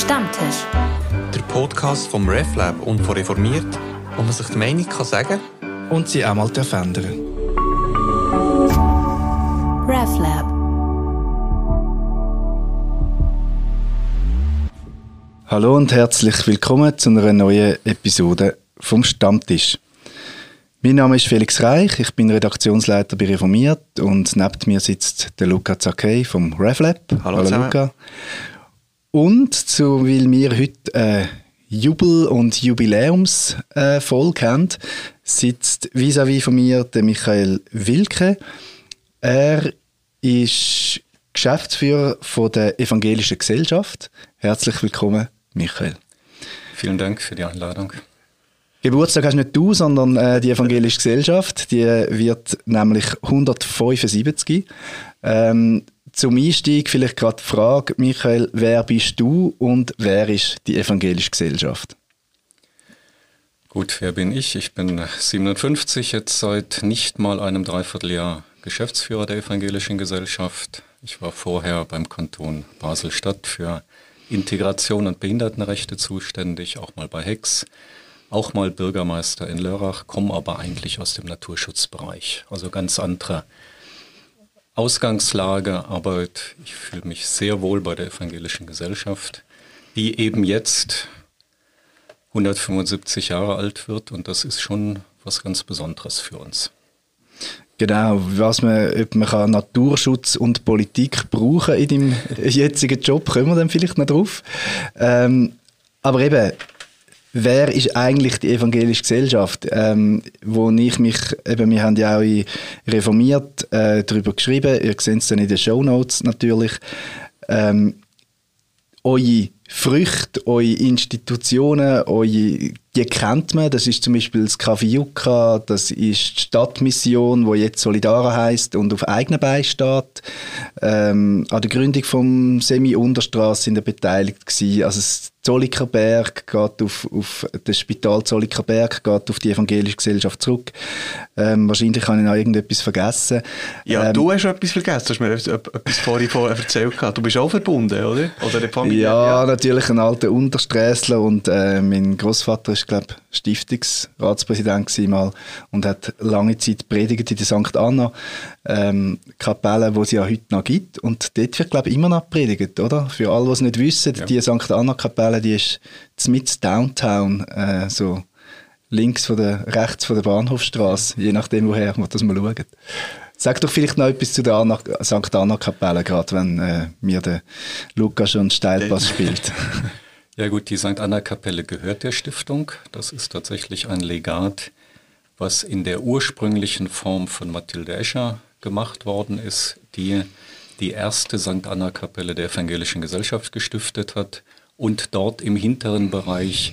Stammtisch. Der Podcast vom RefLab und von Reformiert, wo man sich die Meinung kann sagen und sie auch mal ändern. RefLab. Hallo und herzlich willkommen zu einer neuen Episode vom Stammtisch. Mein Name ist Felix Reich, ich bin Redaktionsleiter bei Reformiert und neben mir sitzt der Luca Zacchei vom RefLab. Hallo Luca. Und weil wir heute Jubel- und Jubiläumsfolge haben, sitzt vis-à-vis von mir der Michael Wilke. Er ist Geschäftsführer von der Evangelischen Gesellschaft. Herzlich willkommen, Michael. Vielen Dank für die Einladung. Geburtstag hast nicht du, sondern die Evangelische Gesellschaft. Die wird nämlich 175. Zum Einstieg vielleicht gerade die Frage, Michael, wer bist du und wer ist die Evangelische Gesellschaft? Gut, wer bin ich? Ich bin 57, jetzt seit nicht mal einem Dreivierteljahr Geschäftsführer der Evangelischen Gesellschaft. Ich war vorher beim Kanton Basel-Stadt für Integration und Behindertenrechte zuständig, auch mal bei HEX, auch mal Bürgermeister in Lörrach, komme aber eigentlich aus dem Naturschutzbereich, also ganz andere Ausgangslage, aber ich fühle mich sehr wohl bei der Evangelischen Gesellschaft, die eben jetzt 175 Jahre alt wird und das ist schon was ganz Besonderes für uns. Genau, ob man kann Naturschutz und Politik brauchen in deinem jetzigen Job, kommen wir dann vielleicht noch drauf. Aber eben, wer ist eigentlich die Evangelische Gesellschaft? Wo ich mich, eben, wir haben ja auch Reformiert darüber geschrieben, ihr seht es dann in den Shownotes natürlich, eure Früchte, eure Institutionen, die kennt man. Das ist zum Beispiel das Café Jucca, das ist die Stadtmission, die jetzt Solidara heisst und auf eigenen Beinen steht. An der Gründung vom Semi-Unterstrasse sind wir beteiligt gewesen. Also das Zollikerberg geht auf das Spital Zollikerberg geht auf die Evangelische Gesellschaft zurück. Wahrscheinlich habe ich noch irgendetwas vergessen. Ja, du hast etwas vergessen. Du hast mir etwas vorhin erzählt. Du bist auch verbunden, oder? Oder die Familie? Ja, natürlich ein alter Untersträssler und mein Großvater ist, glaube ich, Stiftungsratspräsident gewesen mal und hat lange Zeit predigt in der St. Anna Kapelle, die es ja heute noch gibt. Und dort wird, glaube ich, immer noch predigt, oder? Für alle, die es nicht wissen, ja. Die St. Anna Kapelle, die ist mitten Downtown, so rechts von der Bahnhofstrasse, je nachdem, woher man das mal schaut. Sag doch vielleicht noch etwas zu der St. Anna Kapelle, gerade wenn mir der Luca schon Steilpass spielt. Ja gut, die St. Anna Kapelle gehört der Stiftung. Das ist tatsächlich ein Legat, was in der ursprünglichen Form von Mathilde Escher gemacht worden ist, die erste St. Anna Kapelle der Evangelischen Gesellschaft gestiftet hat und dort im hinteren Bereich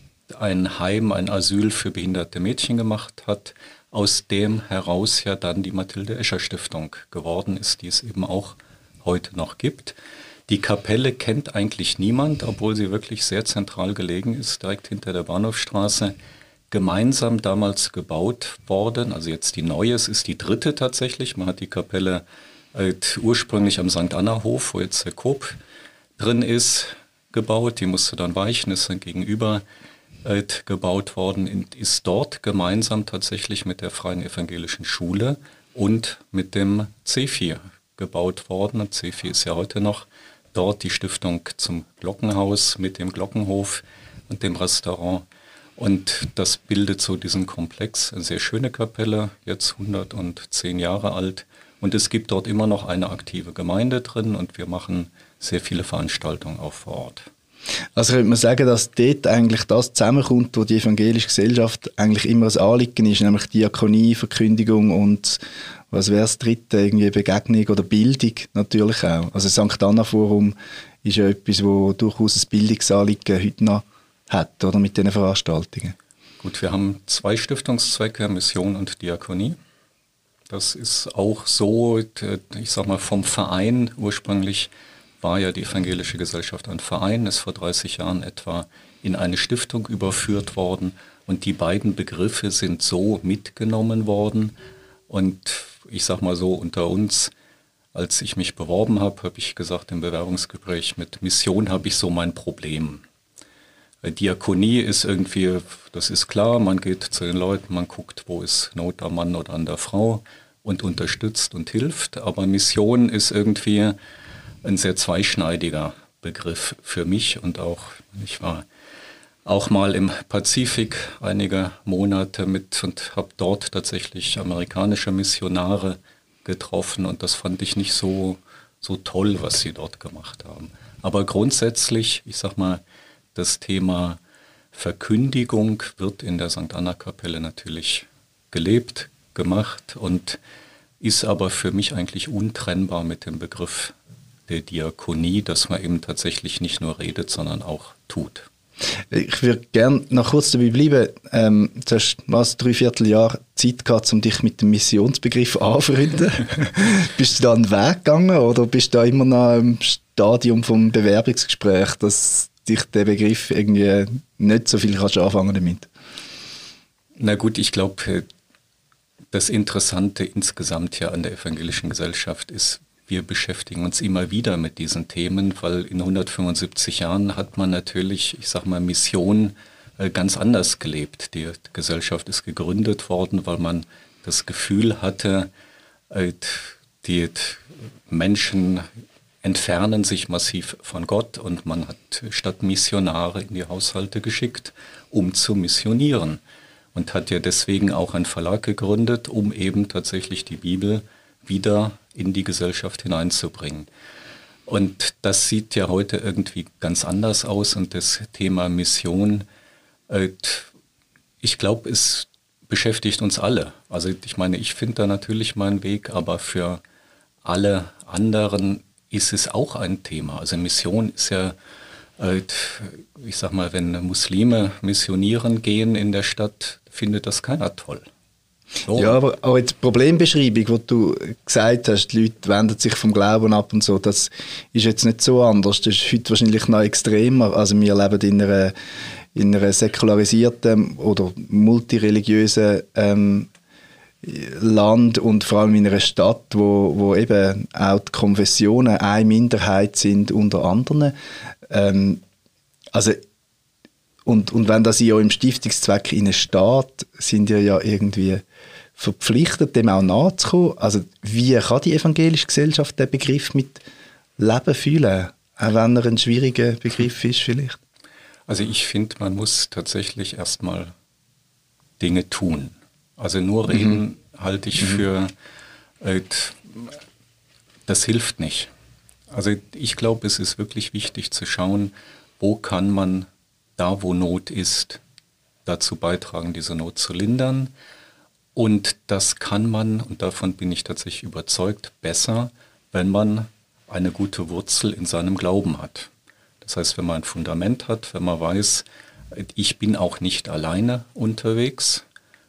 ein Heim, ein Asyl für behinderte Mädchen gemacht hat, aus dem heraus ja dann die Mathilde Escher Stiftung geworden ist, die es eben auch heute noch gibt. Die Kapelle kennt eigentlich niemand, obwohl sie wirklich sehr zentral gelegen ist, direkt hinter der Bahnhofstraße. Gemeinsam damals gebaut worden, also jetzt die neue, es ist die dritte tatsächlich. Man hat die Kapelle ursprünglich am St. Anna Hof, wo jetzt der Coop drin ist, gebaut. Die musste dann weichen, ist dann gegenüber gebaut worden und ist dort gemeinsam tatsächlich mit der Freien Evangelischen Schule und mit dem CEFI gebaut worden. Und CEFI ist ja heute noch dort die Stiftung zum Glockenhaus mit dem Glockenhof und dem Restaurant. Und das bildet so diesen Komplex, eine sehr schöne Kapelle, jetzt 110 Jahre alt. Und es gibt dort immer noch eine aktive Gemeinde drin und wir machen sehr viele Veranstaltungen auch vor Ort. Also könnte man sagen, dass dort eigentlich das zusammenkommt, wo die Evangelische Gesellschaft eigentlich immer das Anliegen ist, nämlich Diakonie, Verkündigung und was wäre das dritte, irgendwie Begegnung oder Bildung natürlich auch. Also das St. Anna Forum ist ja etwas, wo durchaus ein Bildungsanliegen heute noch hat, oder, mit diesen Veranstaltungen. Gut, wir haben 2 Stiftungszwecke, Mission und Diakonie. Das ist auch so, ich sag mal, vom Verein ursprünglich war ja die Evangelische Gesellschaft ein Verein, ist vor 30 Jahren etwa in eine Stiftung überführt worden und die beiden Begriffe sind so mitgenommen worden und ich sag mal so unter uns, als ich mich beworben habe, habe ich gesagt im Bewerbungsgespräch, mit Mission habe ich so mein Problem. Diakonie ist irgendwie, das ist klar, man geht zu den Leuten, man guckt, wo ist Not am Mann oder an der Frau und unterstützt und hilft. Aber Mission ist irgendwie ein sehr zweischneidiger Begriff für mich und auch, ich war auch mal im Pazifik einige Monate mit und habe dort tatsächlich amerikanische Missionare getroffen und das fand ich nicht so toll, was sie dort gemacht haben. Aber grundsätzlich, ich sag mal, das Thema Verkündigung wird in der St. Anna-Kapelle natürlich gelebt, gemacht und ist aber für mich eigentlich untrennbar mit dem Begriff der Diakonie, dass man eben tatsächlich nicht nur redet, sondern auch tut. Ich würde gerne noch kurz dabei bleiben. Du hast fast 3/4 Jahr Zeit gehabt, um dich mit dem Missionsbegriff anzufreunden. Bist du da einen Weg gegangen oder bist du da immer noch im Stadium vom Bewerbungsgespräch, dass dich der Begriff irgendwie nicht so viel kannst anfangen damit? Na gut, ich glaube, das Interessante insgesamt ja an der evangelischen Gesellschaft ist, wir beschäftigen uns immer wieder mit diesen Themen, weil in 175 Jahren hat man natürlich, ich sag mal, Mission ganz anders gelebt. Die Gesellschaft ist gegründet worden, weil man das Gefühl hatte, die Menschen entfernen sich massiv von Gott und man hat Stadtmissionare in die Haushalte geschickt, um zu missionieren. Und hat ja deswegen auch einen Verlag gegründet, um eben tatsächlich die Bibel wieder in die Gesellschaft hineinzubringen. Und das sieht ja heute irgendwie ganz anders aus und das Thema Mission, ich glaube, es beschäftigt uns alle. Also ich meine, ich finde da natürlich meinen Weg, aber für alle anderen ist es auch ein Thema. Also Mission ist ja, ich sag mal, wenn Muslime missionieren gehen in der Stadt, findet das keiner toll. So. Ja, aber auch die Problembeschreibung, die du gesagt hast, die Leute wenden sich vom Glauben ab und so, das ist jetzt nicht so anders. Das ist heute wahrscheinlich noch extremer. Also wir leben in einer säkularisierten oder multireligiösen Land und vor allem in einer Stadt, wo eben auch die Konfessionen eine Minderheit sind unter anderen. Also und wenn das ja im Stiftungszweck in steht, sind ihr ja irgendwie verpflichtet, dem auch nachzukommen. Also wie kann die evangelische Gesellschaft den Begriff mit Leben fühlen? Auch wenn er ein schwieriger Begriff ist vielleicht. Also ich finde, man muss tatsächlich erstmal Dinge tun. Also nur reden halte ich für, das hilft nicht. Also ich glaube, es ist wirklich wichtig zu schauen, wo kann man da, wo Not ist, dazu beitragen, diese Not zu lindern. Und das kann man, und davon bin ich tatsächlich überzeugt, besser, wenn man eine gute Wurzel in seinem Glauben hat. Das heißt, wenn man ein Fundament hat, wenn man weiß, ich bin auch nicht alleine unterwegs.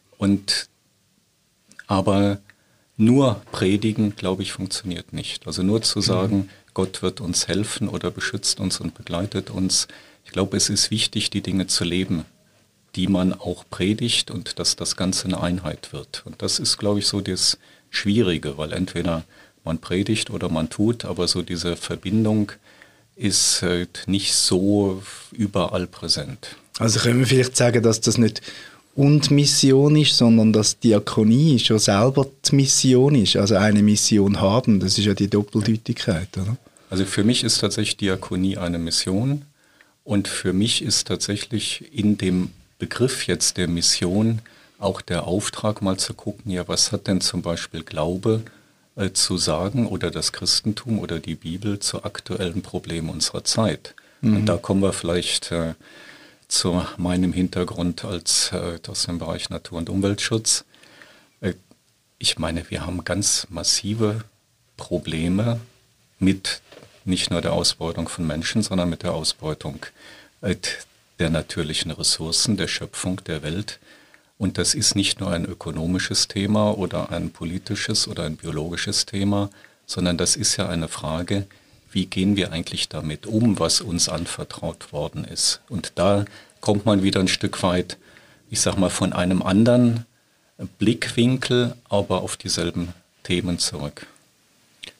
Aber nur predigen, glaube ich, funktioniert nicht. Also nur zu sagen, Gott wird uns helfen oder beschützt uns und begleitet uns. Ich glaube, es ist wichtig, die Dinge zu leben, die man auch predigt und dass das Ganze eine Einheit wird. Und das ist, glaube ich, so das Schwierige, weil entweder man predigt oder man tut, aber so diese Verbindung ist nicht so überall präsent. Also können wir vielleicht sagen, dass das nicht und Mission ist, sondern dass Diakonie schon selber die Mission ist, also eine Mission haben. Das ist ja die Doppeldeutigkeit, oder? Also für mich ist tatsächlich Diakonie eine Mission. Und für mich ist tatsächlich in dem Begriff jetzt der Mission auch der Auftrag, mal zu gucken, ja, was hat denn zum Beispiel Glaube zu sagen oder das Christentum oder die Bibel zu aktuellen Problemen unserer Zeit. Und da kommen wir vielleicht zu meinem Hintergrund aus dem Bereich Natur- und Umweltschutz. Ich meine, wir haben ganz massive Probleme mit nicht nur der Ausbeutung von Menschen, sondern mit der Ausbeutung der natürlichen Ressourcen, der Schöpfung der Welt. Und das ist nicht nur ein ökonomisches Thema oder ein politisches oder ein biologisches Thema, sondern das ist ja eine Frage, wie gehen wir eigentlich damit um, was uns anvertraut worden ist. Und da kommt man wieder ein Stück weit, ich sag mal, von einem anderen Blickwinkel, aber auf dieselben Themen zurück.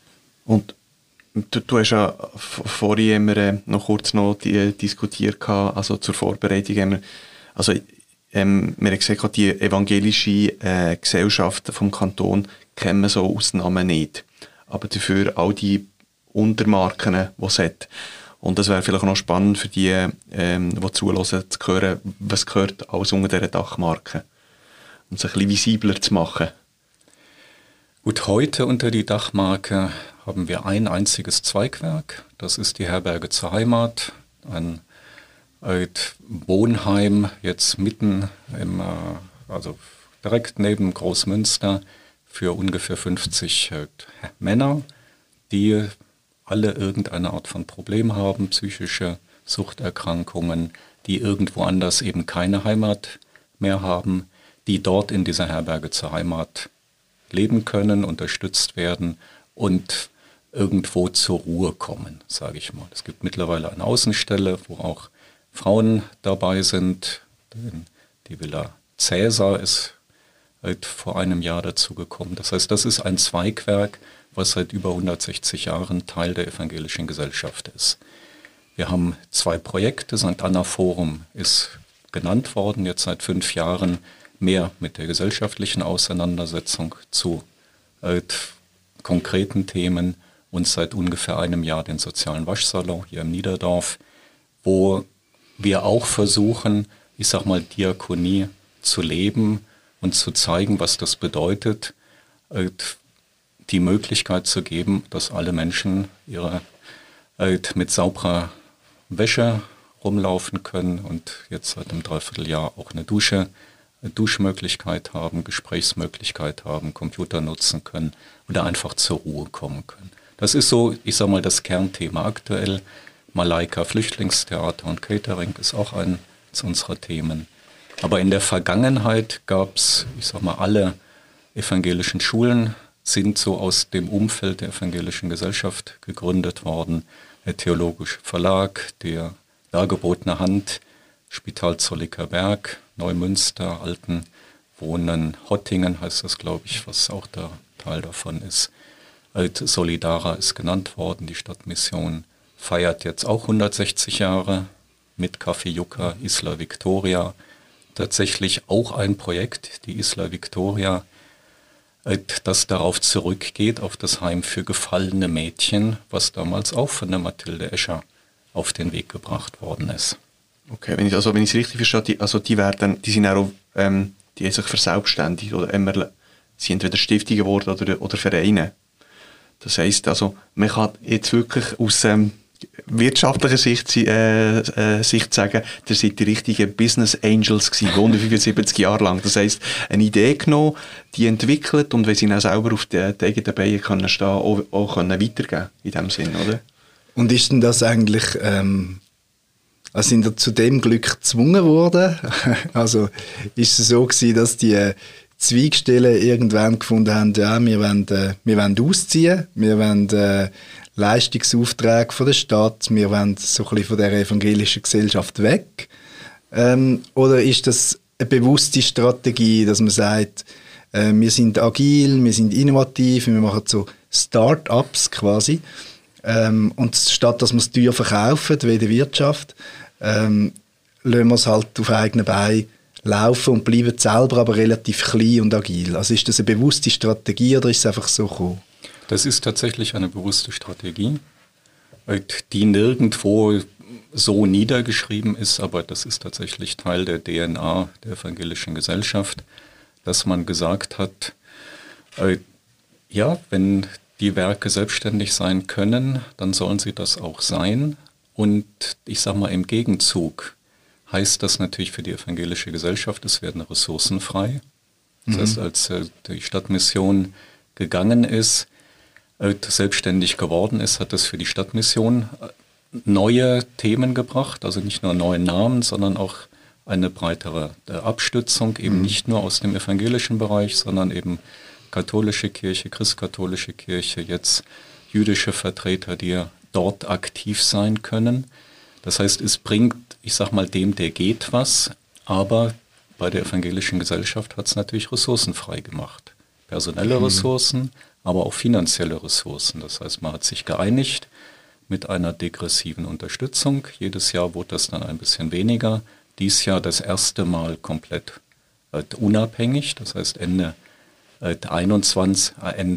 Und du hast ja vorhin immer noch kurz diskutiert, also zur Vorbereitung haben wir, also wir haben gesagt, die evangelische Gesellschaft vom Kanton kennen wir so Ausnahmen nicht. Aber dafür all die Untermarken, die es hat. Und das wäre vielleicht noch spannend für die, die zuhören, zu hören, was gehört alles unter dieser Dachmarke. Um es ein bisschen visibler zu machen. Gut, heute unter die Dachmarke haben wir ein einziges Zweigwerk. Das ist die Herberge zur Heimat, ein Wohnheim jetzt mitten also direkt neben Großmünster für ungefähr 50 Männer, die alle irgendeine Art von Problem haben, psychische Suchterkrankungen, die irgendwo anders eben keine Heimat mehr haben, die dort in dieser Herberge zur Heimat leben können, unterstützt werden und irgendwo zur Ruhe kommen, sage ich mal. Es gibt mittlerweile eine Außenstelle, wo auch Frauen dabei sind. Die Villa Cäsar ist halt vor einem Jahr dazu gekommen. Das heißt, das ist ein Zweigwerk, was seit über 160 Jahren Teil der evangelischen Gesellschaft ist. Wir haben 2 Projekte. St. Anna Forum ist genannt worden, jetzt seit 5 Jahren mehr mit der gesellschaftlichen Auseinandersetzung zu konkreten Themen und seit ungefähr einem Jahr den sozialen Waschsalon hier im Niederdorf, wo wir auch versuchen, ich sag mal, Diakonie zu leben und zu zeigen, was das bedeutet, die Möglichkeit zu geben, dass alle Menschen ihre mit sauberer Wäsche rumlaufen können und jetzt seit einem Dreivierteljahr auch eine Duschmöglichkeit haben, Gesprächsmöglichkeit haben, Computer nutzen können oder einfach zur Ruhe kommen können. Das ist so, ich sag mal, das Kernthema aktuell. Malaika Flüchtlingstheater und Catering ist auch eines unserer Themen. Aber in der Vergangenheit gab es, ich sag mal, alle evangelischen Schulen sind so aus dem Umfeld der evangelischen Gesellschaft gegründet worden. Der Theologische Verlag, der Dargebotene Hand, Spital Zolliker Berg, Neumünster, Altenwohnen, Hottingen heißt das, glaube ich, was auch da Teil davon ist. Solidara ist genannt worden, die Stadtmission feiert jetzt auch 160 Jahre mit Café Yucca, Isla Victoria. Tatsächlich auch ein Projekt, die Isla Victoria, das darauf zurückgeht, auf das Heim für gefallene Mädchen, was damals auch von der Mathilde Escher auf den Weg gebracht worden ist. Okay, wenn ich es richtig verstehe, die sind auch, die haben sich verselbstständigt oder sie entweder Stiftungen geworden oder Vereine. Das heisst, also, man kann jetzt wirklich aus wirtschaftlicher Sicht sagen, ihr seid die richtigen Business Angels gewesen, 175 Jahre lang. Das heisst, eine Idee genommen, die entwickelt und wenn sie dann selber auf die eigenen Beine können stehen, auch können weitergeben in dem Sinn, oder? Und ist denn das eigentlich, sind ihr zu dem Glück gezwungen worden? Also ist es so gewesen, dass die Zweigstellen irgendwann gefunden haben, ja, wir wollen ausziehen, wir wollen Leistungsaufträge von der Stadt, wir wollen so ein bisschen von der evangelischen Gesellschaft weg? Oder ist das eine bewusste Strategie, dass man sagt, wir sind agil, wir sind innovativ, wir machen so Start-ups quasi, und statt dass wir es teuer verkaufen, wie in der Wirtschaft, lassen wir es halt auf eigenen Beinen laufen und bleiben selber aber relativ klein und agil. Also ist das eine bewusste Strategie oder ist es einfach so gekommen? Das ist tatsächlich eine bewusste Strategie, die nirgendwo so niedergeschrieben ist, aber das ist tatsächlich Teil der DNA der evangelischen Gesellschaft, dass man gesagt hat, ja, wenn die Werke selbstständig sein können, dann sollen sie das auch sein. Und ich sage mal, im Gegenzug heißt das natürlich für die evangelische Gesellschaft, es werden Ressourcen frei. Das heißt, als die Stadtmission gegangen ist, selbstständig geworden ist, hat das für die Stadtmission neue Themen gebracht, also nicht nur neue Namen, sondern auch eine breitere Abstützung, eben nicht nur aus dem evangelischen Bereich, sondern eben katholische Kirche, christkatholische Kirche, jetzt jüdische Vertreter, die dort aktiv sein können. Das heißt, es bringt, ich sag mal, dem, der geht was, aber bei der evangelischen Gesellschaft hat es natürlich Ressourcen frei gemacht. personelle Ressourcen, aber auch finanzielle Ressourcen. Das heißt, man hat sich geeinigt mit einer degressiven Unterstützung. Jedes Jahr wurde das dann ein bisschen weniger. Dies Jahr das erste Mal komplett unabhängig. Das heißt, Ende 21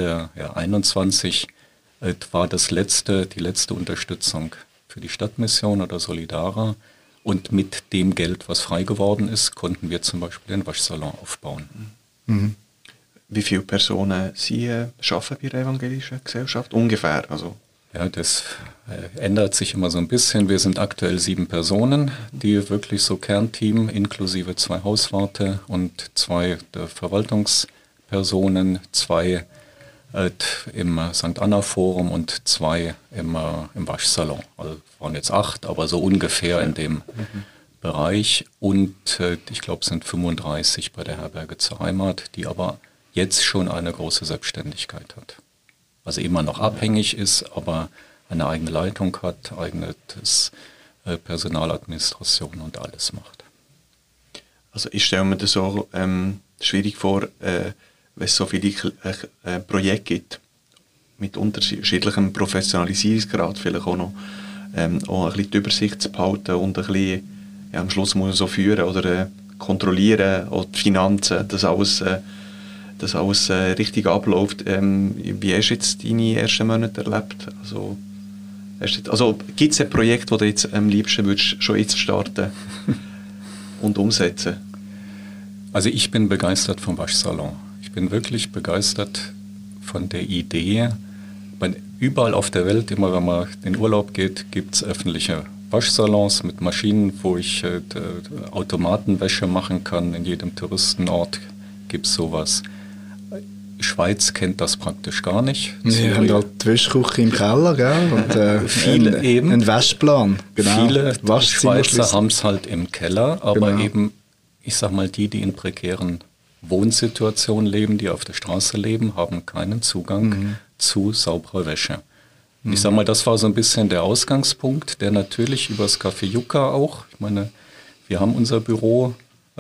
war die letzte Unterstützung für die Stadtmission oder Solidara. Und mit dem Geld, was frei geworden ist, konnten wir zum Beispiel den Waschsalon aufbauen. Mhm. Wie viele Personen arbeiten bei der evangelischen Gesellschaft? Ungefähr. Also. Ja, das ändert sich immer so ein bisschen. Wir sind aktuell 7 Personen, die wirklich so Kernteam inklusive 2 Hauswarte und 2 Verwaltungspersonen, 2 im St. Anna Forum und 2 im Waschsalon. Also waren jetzt 8, aber so ungefähr in dem Bereich. Und ich glaube, es sind 35 bei der Herberge zur Heimat, die aber jetzt schon eine große Selbstständigkeit hat. Also immer noch abhängig ist, aber eine eigene Leitung hat, eigenes Personaladministration und alles macht. Also ich stelle mir das so schwierig vor, wenn es so viele Projekte gibt, mit unterschiedlichem Professionalisierungsgrad vielleicht auch noch, auch ein bisschen die Übersicht zu behalten und ein bisschen, am Schluss muss man so führen oder kontrollieren, auch die Finanzen, dass alles richtig abläuft. Wie hast du jetzt deine ersten Monate erlebt? Also gibt es ein Projekt, das du jetzt am liebsten würdest, schon jetzt starten und umsetzen? Also ich bin begeistert vom Waschsalon. Ich bin wirklich begeistert von der Idee. Überall auf der Welt, immer wenn man in Urlaub geht, gibt es öffentliche Waschsalons mit Maschinen, wo ich Automatenwäsche machen kann. In jedem Touristenort gibt es sowas. Schweiz kennt das praktisch gar nicht. Wir haben halt die Wäschküche im Keller, gell? Und viele einen Waschplan. Genau. Viele Schweizer haben es halt im Keller, aber eben, ich sag mal, die in prekären Wohnsituationen leben, die auf der Straße leben, haben keinen Zugang zu sauberer Wäsche. Ich sag mal, das war so ein bisschen der Ausgangspunkt, der natürlich übers Café Yucca auch, ich meine, wir haben unser Büro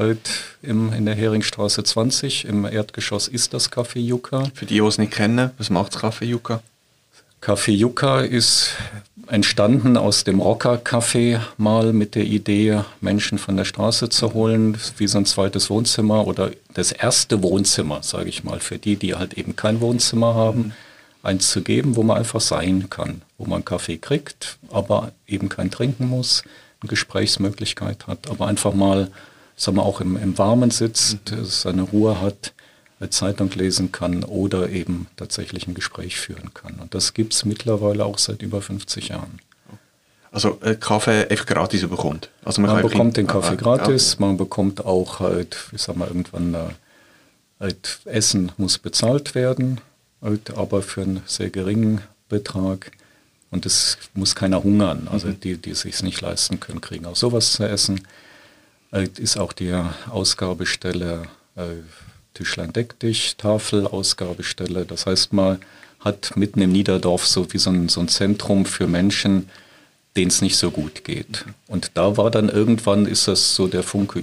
in der Heringstraße 20, im Erdgeschoss ist das Café Yucca. Für die es nicht kennen, was macht das Café Yucca? Café Yucca ist entstanden aus dem Rocker-Café mal mit der Idee, Menschen von der Straße zu holen, wie so ein zweites Wohnzimmer oder das erste Wohnzimmer, sage ich mal, für die halt eben kein Wohnzimmer haben, eins zu geben, wo man einfach sein kann, wo man Kaffee kriegt, aber eben kein Trinken muss, eine Gesprächsmöglichkeit hat, aber einfach mal, sagen wir, auch im Warmen sitzt, seine Ruhe hat, eine Zeitung lesen kann oder eben tatsächlich ein Gespräch führen kann. Und das gibt es mittlerweile auch seit über 50 Jahren. Also Kaffee einfach gratis bekommt? Also man bekommt den Kaffee gratis, man bekommt auch halt, ich sag mal, irgendwann halt Essen muss bezahlt werden, halt, aber für einen sehr geringen Betrag. Und es muss keiner hungern. Also die es sich nicht leisten können, kriegen auch sowas zu essen. Ist auch die Ausgabestelle Tischlein deck dich, Tafel, Ausgabestelle. Das heißt, man hat mitten im Niederdorf so wie so ein Zentrum für Menschen, denen es nicht so gut geht. Und da war dann irgendwann, ist das so der Funke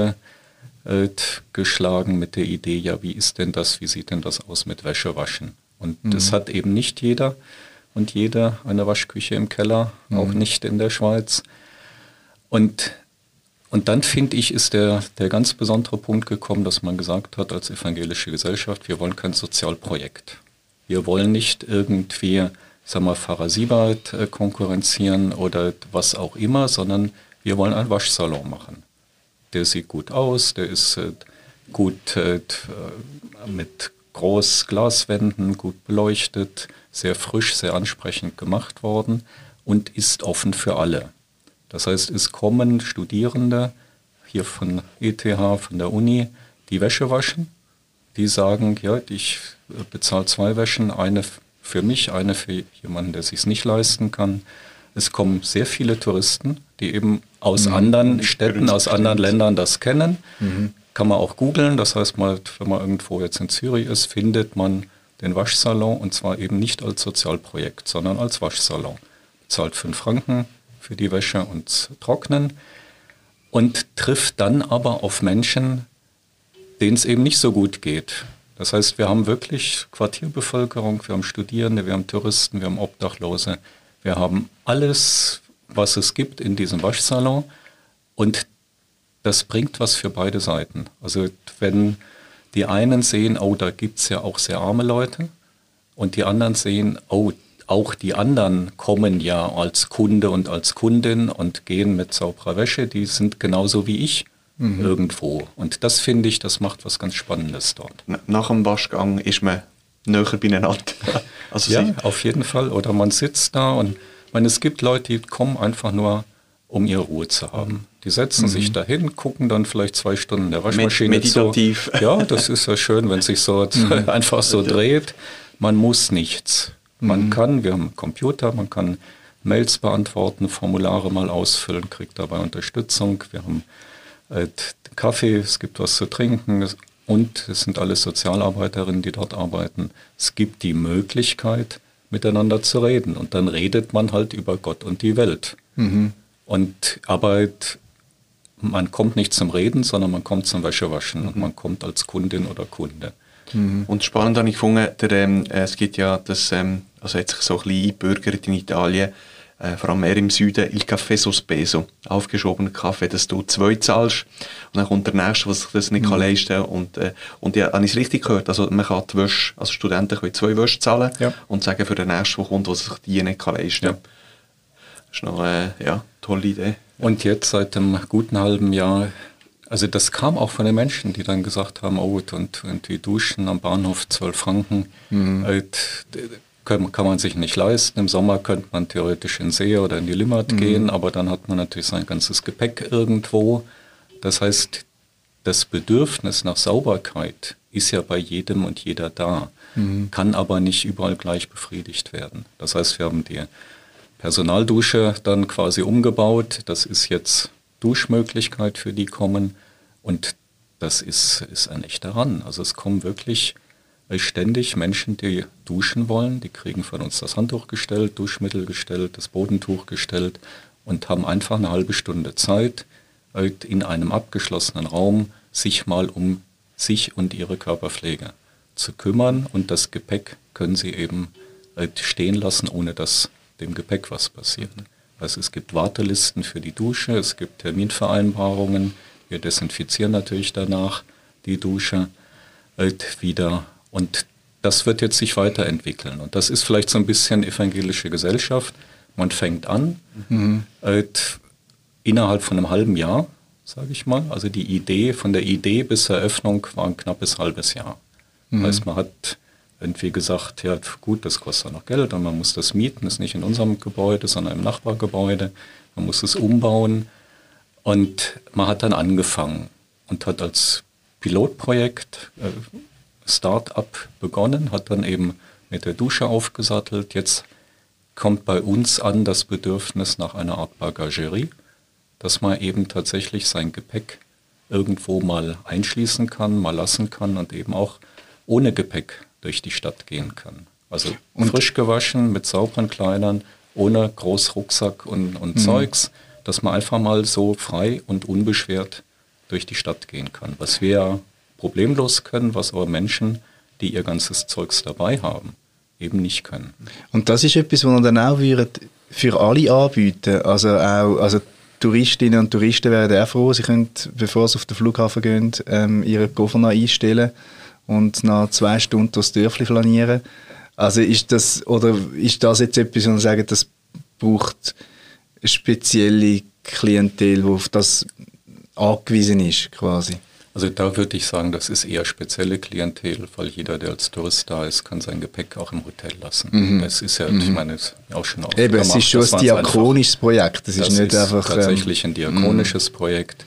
übergeschlagen mit der Idee, ja, wie sieht denn das aus mit Wäsche waschen? Und das hat eben nicht jeder und jede eine Waschküche im Keller, auch nicht in der Schweiz. Und dann, finde ich, ist der ganz besondere Punkt gekommen, dass man gesagt hat, als evangelische Gesellschaft, wir wollen kein Sozialprojekt. Wir wollen nicht irgendwie, sagen wir, Pfarrer Siebert konkurrenzieren oder was auch immer, sondern wir wollen einen Waschsalon machen. Der sieht gut aus, der ist gut mit groß Glaswänden, gut beleuchtet, sehr frisch, sehr ansprechend gemacht worden und ist offen für alle. Das heißt, es kommen Studierende hier von ETH, von der Uni, die Wäsche waschen. Die sagen, ja, ich bezahle 2 Wäschen, eine für mich, eine für jemanden, der es sich nicht leisten kann. Es kommen sehr viele Touristen, die eben aus anderen Städten, aus anderen Ländern das kennen. Kann man auch googeln. Das heißt, wenn man irgendwo jetzt in Zürich ist, findet man den Waschsalon und zwar eben nicht als Sozialprojekt, sondern als Waschsalon. Bezahlt 5 Franken für die Wäsche und Trocknen und trifft dann aber auf Menschen, denen es eben nicht so gut geht. Das heißt, wir haben wirklich Quartierbevölkerung, wir haben Studierende, wir haben Touristen, wir haben Obdachlose, wir haben alles, was es gibt in diesem Waschsalon, und das bringt was für beide Seiten. Also wenn die einen sehen, oh, da gibt es ja auch sehr arme Leute, und die anderen sehen, oh, auch die anderen kommen ja als Kunde und als Kundin und gehen mit sauberer Wäsche, die sind genauso wie ich irgendwo. Und das finde ich, das macht was ganz Spannendes dort. Nach dem Waschgang ist man näher beieinander. Also ja, auf jeden Fall. Oder man sitzt da und es gibt Leute, die kommen einfach nur, um ihre Ruhe zu haben. Die setzen sich dahin, gucken dann vielleicht 2 Stunden in der Waschmaschine meditativ. zu. Ja, das ist ja schön, wenn es sich so einfach so dreht. Man muss nichts. Man kann, wir haben einen Computer, man kann Mails beantworten, Formulare mal ausfüllen, kriegt dabei Unterstützung. Wir haben Kaffee, es gibt was zu trinken, und es sind alles Sozialarbeiterinnen, die dort arbeiten. Es gibt die Möglichkeit, miteinander zu reden, und dann redet man halt über Gott und die Welt. Aber man kommt nicht zum Reden, sondern man kommt zum Wäschewaschen und man kommt als Kundin oder Kunde. Und spannend habe ich gefunden, es gibt ja das, also hat sich so ein bisschen eingebürgert in Italien, vor allem mehr im Süden, il caffè sospeso, aufgeschobener Kaffee, dass du 2 zahlst und dann kommt der Nächste, der sich das nicht kann leisten kann. Und ja, habe ich es richtig gehört, also man kann die Wäsche, also Studenten können 2 Wäsche zahlen und sagen für den Nächsten, der kommt, der sich die nicht kann leisten kann. Das ist noch eine tolle Idee. Und jetzt seit einem guten halben Jahr, also das kam auch von den Menschen, die dann gesagt haben, oh, und die Duschen am Bahnhof 12 Franken, kann man sich nicht leisten. Im Sommer könnte man theoretisch in den See oder in die Limmat gehen, aber dann hat man natürlich sein ganzes Gepäck irgendwo. Das heißt, das Bedürfnis nach Sauberkeit ist ja bei jedem und jeder da, kann aber nicht überall gleich befriedigt werden. Das heißt, wir haben die Personaldusche dann quasi umgebaut. Das ist jetzt Duschmöglichkeit für die kommen, und das ist ein echter Run. Also es kommen wirklich ständig Menschen, die duschen wollen, die kriegen von uns das Handtuch gestellt, Duschmittel gestellt, das Bodentuch gestellt und haben einfach eine halbe Stunde Zeit, in einem abgeschlossenen Raum sich mal um sich und ihre Körperpflege zu kümmern, und das Gepäck können sie eben stehen lassen, ohne dass dem Gepäck was passiert. Also es gibt Wartelisten für die Dusche, es gibt Terminvereinbarungen, wir desinfizieren natürlich danach die Dusche wieder, und das wird jetzt sich weiterentwickeln. Und das ist vielleicht so ein bisschen evangelische Gesellschaft. Man fängt an, innerhalb von einem halben Jahr, sage ich mal. Also von der Idee bis zur Eröffnung war ein knappes halbes Jahr. Das heißt, man hat irgendwie gesagt, ja gut, das kostet noch Geld und man muss das mieten, das ist nicht in unserem Gebäude, sondern im Nachbargebäude. Man muss es umbauen, und man hat dann angefangen und hat als Pilotprojekt Start-up begonnen, hat dann eben mit der Dusche aufgesattelt. Jetzt kommt bei uns an das Bedürfnis nach einer Art Bagagerie, dass man eben tatsächlich sein Gepäck irgendwo mal einschließen kann, mal lassen kann und eben auch ohne Gepäck durch die Stadt gehen kann. Also frisch gewaschen, mit sauberen Kleidern, ohne groß Rucksack und Zeugs, dass man einfach mal so frei und unbeschwert durch die Stadt gehen kann. Was wir problemlos können, was aber Menschen, die ihr ganzes Zeugs dabei haben, eben nicht können. Und das ist etwas, was wir dann auch für alle anbieten. Also Touristinnen und Touristen wären auch froh, sie können, bevor sie auf den Flughafen gehen, ihre Koffer einstellen und nach 2 Stunden durchs Dörfli flanieren. Also ist das jetzt etwas, wo man sagt, das braucht eine spezielle Klientel, die auf das angewiesen ist, quasi? Also da würde ich sagen, das ist eher spezielle Klientel, weil jeder, der als Tourist da ist, kann sein Gepäck auch im Hotel lassen. Das ist ja, ich meine, ist auch schon oft gemacht. Es ist schon ein diakonisches Projekt. Das ist nicht einfach tatsächlich ein diakonisches Projekt,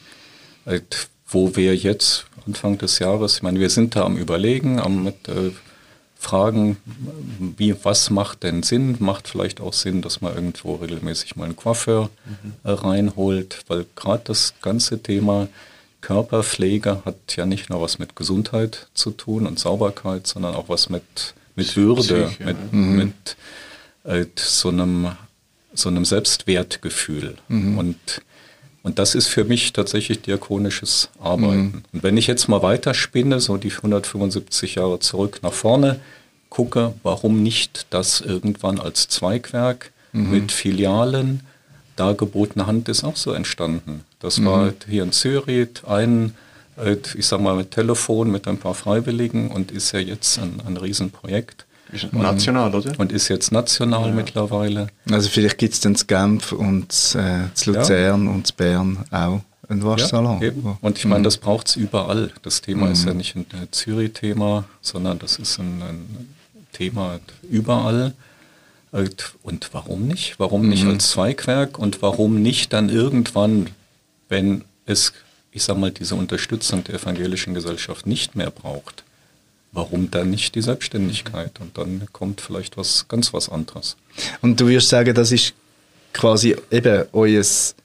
wo wir jetzt Anfang des Jahres, ich meine, wir sind da am Überlegen, mit Fragen, was macht denn Sinn? Macht vielleicht auch Sinn, dass man irgendwo regelmäßig mal einen Coiffeur reinholt, weil gerade das ganze Thema Körperpflege hat ja nicht nur was mit Gesundheit zu tun und Sauberkeit, sondern auch was mit Würde, mit so einem Selbstwertgefühl. Und Und das ist für mich tatsächlich diakonisches Arbeiten. Und wenn ich jetzt mal weiterspinne, so die 175 Jahre zurück nach vorne, gucke, warum nicht das irgendwann als Zweigwerk mit Filialen, dargebotene Hand ist auch so entstanden. Das war hier in Zürich ich sag mal, mit Telefon mit ein paar Freiwilligen und ist ja jetzt ein Riesenprojekt. Ist national, oder? Und ist jetzt national mittlerweile. Also vielleicht gibt es dann in Genf und in Luzern und in Bern auch einen Waschsalon. Ja, und ich meine, das braucht es überall. Das Thema ist ja nicht ein Zürich-Thema, sondern das ist ein Thema überall. Und warum nicht? Warum nicht als Zweigwerk und warum nicht dann irgendwann, wenn es, ich sag mal, diese Unterstützung der evangelischen Gesellschaft nicht mehr braucht? Warum dann nicht die Selbstständigkeit? Und dann kommt vielleicht was anderes. Und du würdest sagen, das ist quasi eben euer,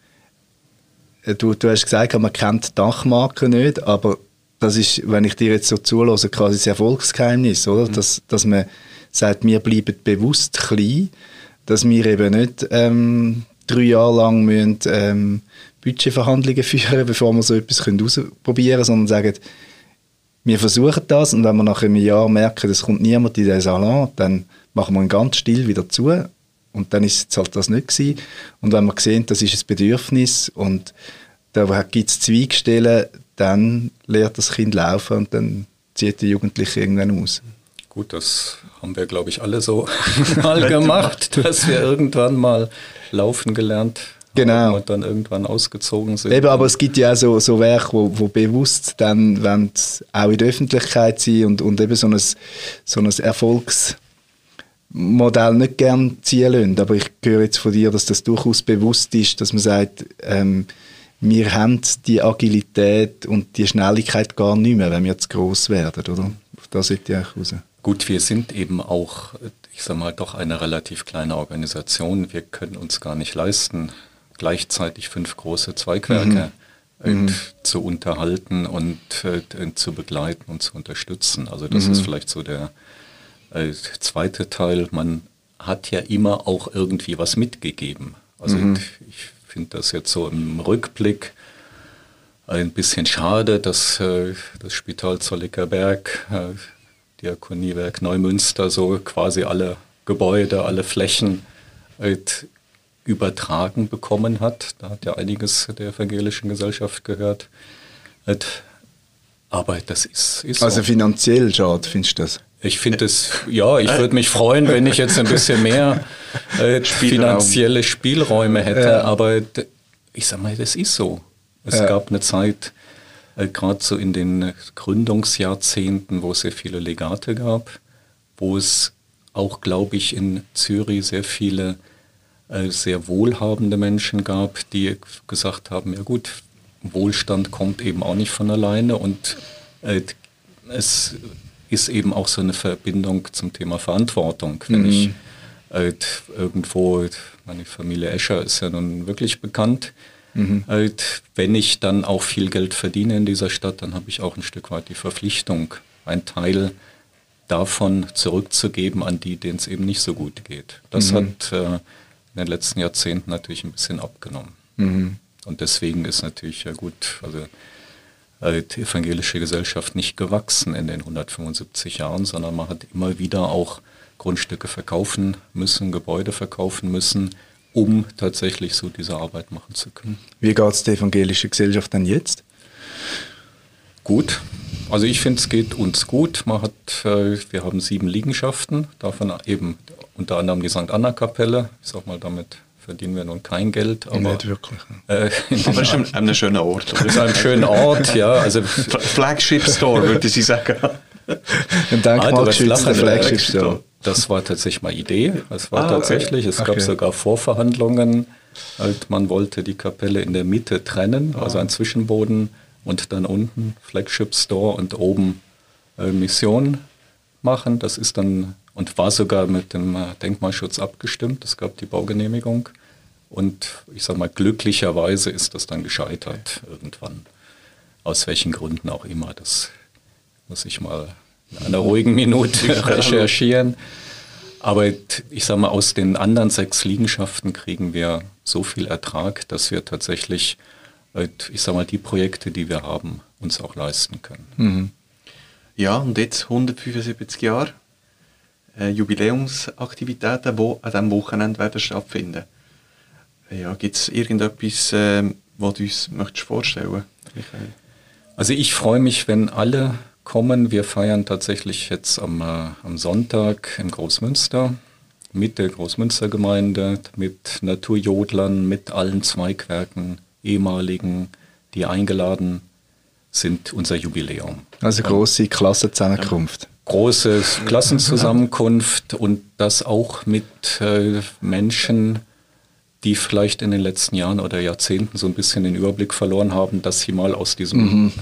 du hast gesagt, man kennt die Dachmarke nicht, aber das ist, wenn ich dir jetzt so zuhöre, quasi das Erfolgsgeheimnis, oder? Dass man sagt, wir bleiben bewusst klein, dass wir eben nicht 3 Jahre lang müssen, Budgetverhandlungen führen, bevor wir so etwas ausprobieren können, sondern sagen, wir versuchen das und wenn wir nach einem Jahr merken, es kommt niemand in den Salon, dann machen wir ihn ganz still wieder zu und dann ist es halt das nicht gewesen. Und wenn wir sehen, das ist ein Bedürfnis und da gibt es Zweigstellen, dann lernt das Kind laufen und dann zieht der Jugendliche irgendwann aus. Gut, das haben wir, glaube ich, alle so mal gemacht, dass wir irgendwann mal laufen gelernt haben. Genau. Und dann irgendwann ausgezogen sind. Eben, aber es gibt ja auch so Werke, wo bewusst dann auch in der Öffentlichkeit sind und eben so ein Erfolgsmodell nicht gerne ziehen lassen. Aber ich höre jetzt von dir, dass das durchaus bewusst ist, dass man sagt, wir haben die Agilität und die Schnelligkeit gar nicht mehr, wenn wir zu gross werden, oder? Auf das sollte ich auch raus. Gut, wir sind eben auch, ich sag mal, doch eine relativ kleine Organisation. Wir können uns gar nicht leisten, gleichzeitig 5 große Zweigwerke zu unterhalten und zu begleiten und zu unterstützen. Also das ist vielleicht so der zweite Teil. Man hat ja immer auch irgendwie was mitgegeben. Also ich finde das jetzt so im Rückblick ein bisschen schade, dass das Spital Zollikerberg, Diakoniewerk Neumünster so quasi alle Gebäude, alle Flächen übertragen bekommen hat. Da hat ja einiges der evangelischen Gesellschaft gehört. Aber das ist also so. Finanziell schade, findest du das? Ich finde es, ja, ich würde mich freuen, wenn ich jetzt ein bisschen mehr finanzielle Spielräume hätte. Aber ich sag mal, das ist so. Es gab eine Zeit, gerade so in den Gründungsjahrzehnten, wo es sehr viele Legate gab, wo es auch, glaube ich, in Zürich sehr viele sehr wohlhabende Menschen gab, die gesagt haben, ja gut, Wohlstand kommt eben auch nicht von alleine und es ist eben auch so eine Verbindung zum Thema Verantwortung. Wenn ich irgendwo, meine Familie Escher ist ja nun wirklich bekannt, wenn ich dann auch viel Geld verdiene in dieser Stadt, dann habe ich auch ein Stück weit die Verpflichtung, einen Teil davon zurückzugeben an die, denen es eben nicht so gut geht. Das hat in den letzten Jahrzehnten natürlich ein bisschen abgenommen. Und deswegen ist natürlich ja gut, also die evangelische Gesellschaft nicht gewachsen in den 175 Jahren, sondern man hat immer wieder auch Grundstücke verkaufen müssen, Gebäude verkaufen müssen, um tatsächlich so diese Arbeit machen zu können. Wie geht es der evangelischen Gesellschaft denn jetzt? Gut. Also ich finde, es geht uns gut. Wir haben 7 Liegenschaften, davon eben unter anderem die St. Anna-Kapelle. Ich sag mal, damit verdienen wir nun kein Geld. Aber nicht wirklich. Aber es ist ein schöner Ort. Es ist ein schöner Ort, ja. Also Flagship Store, würde ich sagen. Ein denkmalgeschützter Flagship Store. Das war tatsächlich mal Idee. Es war tatsächlich, es gab sogar Vorverhandlungen. Man wollte die Kapelle in der Mitte trennen, also einen Zwischenboden und dann unten Flagship Store und oben Mission machen. Das ist dann und war sogar mit dem Denkmalschutz abgestimmt. Es gab die Baugenehmigung und ich sage mal, glücklicherweise ist das dann gescheitert irgendwann. Aus welchen Gründen auch immer. Das muss ich mal in einer ruhigen Minute recherchieren. Aber ich sage mal, aus den anderen 6 Liegenschaften kriegen wir so viel Ertrag, dass wir tatsächlich ich sage mal, die Projekte, die wir haben, uns auch leisten können. Ja, und jetzt 175 Jahre Jubiläumsaktivitäten, die an diesem Wochenende werden stattfinden. Ja, gibt es irgendetwas, was du uns möchtest vorstellen, Michael? Also ich freue mich, wenn alle kommen. Wir feiern tatsächlich jetzt am Sonntag in Großmünster mit der Großmünstergemeinde, mit Naturjodlern, mit allen Zweigwerken, ehemaligen, die eingeladen sind, unser Jubiläum. Also große Klassenzusammenkunft. Große Klassenzusammenkunft und das auch mit Menschen, die vielleicht in den letzten Jahren oder Jahrzehnten so ein bisschen den Überblick verloren haben, dass sie mal aus von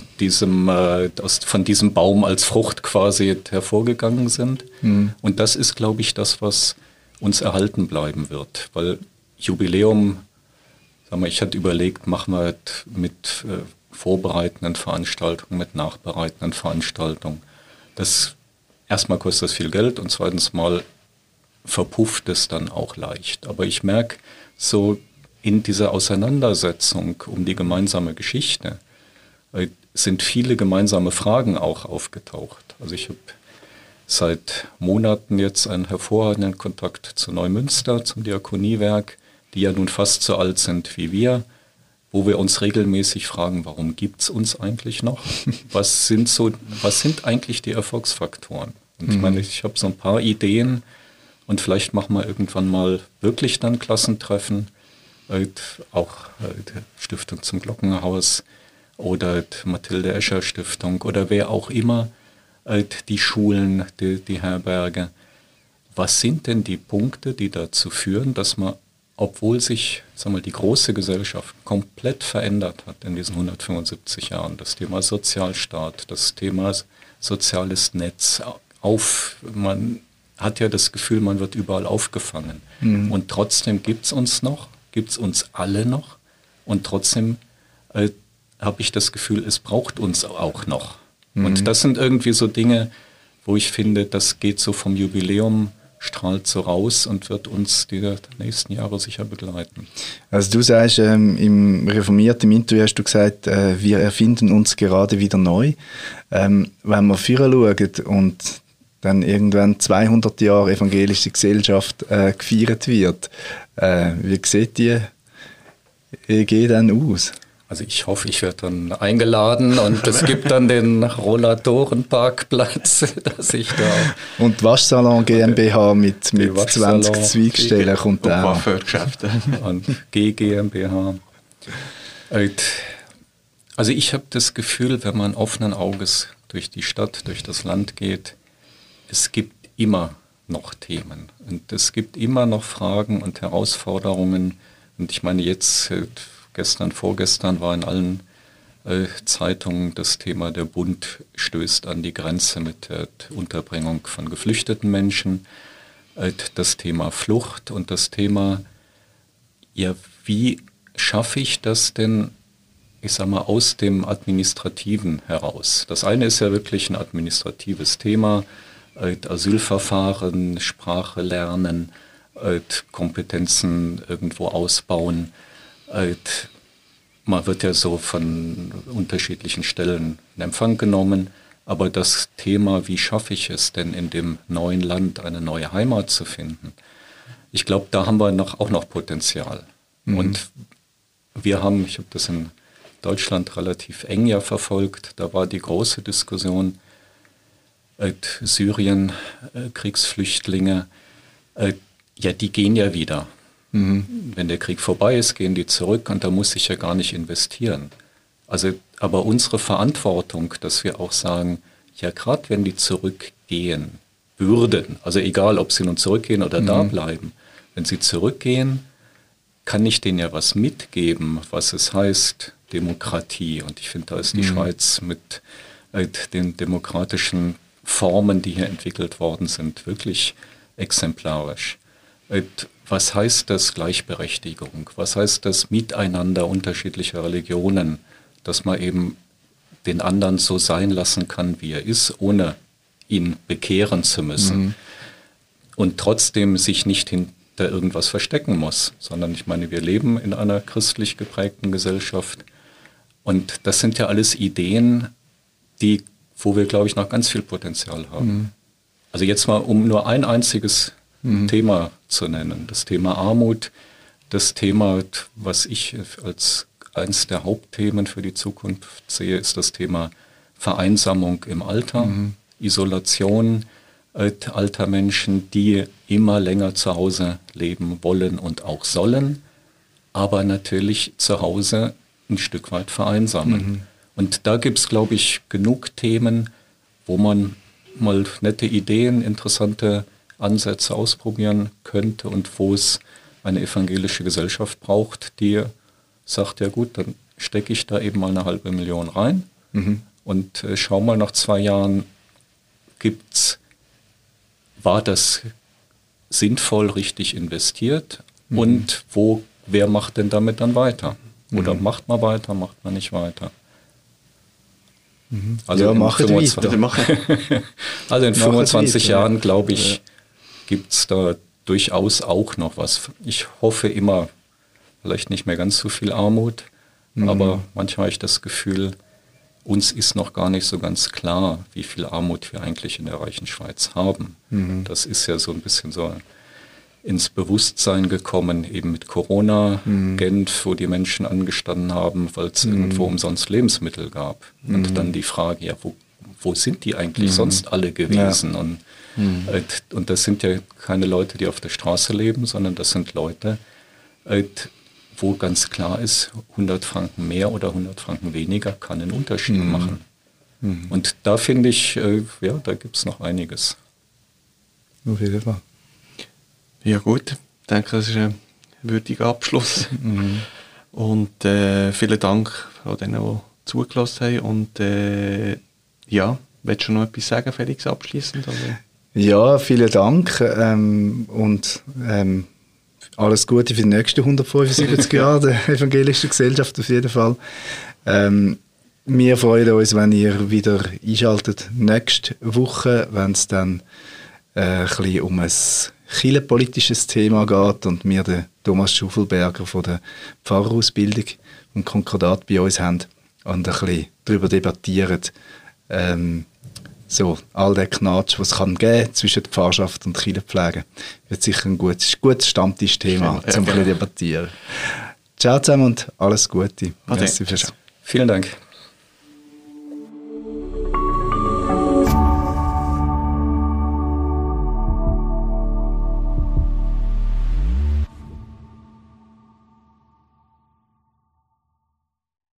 diesem Baum als Frucht quasi hervorgegangen sind. Und das ist, glaube ich, das, was uns erhalten bleiben wird. Weil Jubiläum, sagen wir, ich hatte überlegt, machen wir mit vorbereitenden Veranstaltungen, mit nachbereitenden Veranstaltungen. Das erstmal kostet das viel Geld und zweitens mal verpufft es dann auch leicht. Aber ich merke, so in dieser Auseinandersetzung um die gemeinsame Geschichte sind viele gemeinsame Fragen auch aufgetaucht. Also ich habe seit Monaten jetzt einen hervorragenden Kontakt zu Neumünster, zum Diakoniewerk, die ja nun fast so alt sind wie wir, wo wir uns regelmäßig fragen, warum gibt es uns eigentlich noch? Was sind eigentlich die Erfolgsfaktoren? Und ich meine, ich habe so ein paar Ideen und vielleicht machen wir irgendwann mal wirklich dann Klassentreffen, auch die Stiftung zum Glockenhaus oder die Mathilde Escher Stiftung oder wer auch immer, die Schulen, die Herberge. Was sind denn die Punkte, die dazu führen, dass man, obwohl sich, sagen wir, die große Gesellschaft komplett verändert hat in diesen 175 Jahren, das Thema Sozialstaat, das Thema soziales Netz, man hat ja das Gefühl, man wird überall aufgefangen. Und trotzdem gibt es uns alle noch. Und trotzdem habe ich das Gefühl, es braucht uns auch noch. Und das sind irgendwie so Dinge, wo ich finde, das geht so vom Jubiläum, strahlt so raus und wird uns die nächsten Jahre sicher begleiten. Also du sagst, im reformierten Interview hast du gesagt, wir erfinden uns gerade wieder neu. Wenn wir vorher schauen und dann irgendwann 200 Jahre evangelische Gesellschaft gefeiert wird, wie sieht die EG dann aus? Also ich hoffe, ich werde dann eingeladen und es gibt dann den Rollatorenparkplatz, dass ich da... Und Waschsalon GmbH mit 20 Zweigstellen kommt da. Und Coiffeurgeschäfte. Und GmbH. Also ich habe das Gefühl, wenn man offenen Auges durch die Stadt, durch das Land geht, es gibt immer noch Themen und es gibt immer noch Fragen und Herausforderungen. Und ich meine jetzt... vorgestern war in allen Zeitungen das Thema, der Bund stößt an die Grenze mit der Unterbringung von geflüchteten Menschen, das Thema Flucht und das Thema, ja, wie schaffe ich das denn, ich sag mal, aus dem Administrativen heraus? Das eine ist ja wirklich ein administratives Thema, Asylverfahren, Sprache lernen, Kompetenzen irgendwo ausbauen. Man wird ja so von unterschiedlichen Stellen in Empfang genommen, aber das Thema, wie schaffe ich es denn in dem neuen Land eine neue Heimat zu finden, ich glaube, da haben wir auch noch Potenzial. Und ich habe das in Deutschland relativ eng ja verfolgt, da war die große Diskussion, Syrien, Kriegsflüchtlinge, ja, die gehen ja wieder. Wenn der Krieg vorbei ist, gehen die zurück und da muss ich ja gar nicht investieren. Also, aber unsere Verantwortung, dass wir auch sagen, ja, gerade wenn die zurückgehen würden, also egal, ob sie nun zurückgehen oder da bleiben, wenn sie zurückgehen, kann ich denen ja was mitgeben, was es heißt, Demokratie. Und ich finde, da ist die Schweiz mit den demokratischen Formen, die hier entwickelt worden sind, wirklich exemplarisch. Was heißt das Gleichberechtigung? Was heißt das Miteinander unterschiedlicher Religionen? Dass man eben den anderen so sein lassen kann, wie er ist, ohne ihn bekehren zu müssen. Und trotzdem sich nicht hinter irgendwas verstecken muss. Sondern ich meine, wir leben in einer christlich geprägten Gesellschaft. Und das sind ja alles Ideen, wo wir, glaube ich, noch ganz viel Potenzial haben. Also jetzt mal, um nur ein einziges Thema zu nennen. Das Thema Armut, das Thema, was ich als eines der Hauptthemen für die Zukunft sehe, ist das Thema Vereinsamung im Alter, Isolation alter Menschen, die immer länger zu Hause leben wollen und auch sollen, aber natürlich zu Hause ein Stück weit vereinsamen. Und da gibt es, glaube ich, genug Themen, wo man mal nette Ideen, interessante Ansätze ausprobieren könnte und wo es eine evangelische Gesellschaft braucht, die sagt, ja gut, dann stecke ich da eben mal 500.000 rein und schau mal nach 2 Jahren, war das sinnvoll, richtig investiert und wer macht denn damit dann weiter? Oder macht man weiter, macht man nicht weiter? Also ja, in macht 25, also in 25 Jahren, glaube ich, gibt es da durchaus auch noch was. Ich hoffe immer, vielleicht nicht mehr ganz so viel Armut, aber manchmal habe ich das Gefühl, uns ist noch gar nicht so ganz klar, wie viel Armut wir eigentlich in der reichen Schweiz haben. Das ist ja so ein bisschen so ins Bewusstsein gekommen, eben mit Corona, Genf, wo die Menschen angestanden haben, weil es irgendwo umsonst Lebensmittel gab. Und dann die Frage, ja, wo sind die eigentlich sonst alle gewesen? Ja. Und das sind ja keine Leute, die auf der Straße leben, sondern das sind Leute, wo ganz klar ist, 100 Franken mehr oder 100 Franken weniger kann einen Unterschied machen. Und da finde ich, da gibt es noch einiges. Auf jeden Fall. Ja gut, ich denke, das ist ein würdiger Abschluss. Und vielen Dank an denen, die zugelassen haben. Und willst du noch etwas sagen, Felix, abschliessend? Ja, vielen Dank alles Gute für die nächsten 175 Jahre der evangelischen Gesellschaft auf jeden Fall. Wir freuen uns, wenn ihr wieder einschaltet nächste Woche, wenn es dann ein bisschen um ein kirchenpolitisches Thema geht und wir den Thomas Schuffelberger von der Pfarrerausbildung und Konkordat bei uns haben und ein bisschen darüber debattieren, all der Knatsch, was es geben kann zwischen der Pfarrschaft und Kirchenpflege, wird sicher ein gutes Stammtischthema zum debattieren. Ciao zusammen und alles Gute. Ade. Merci fürs Vielen Dank.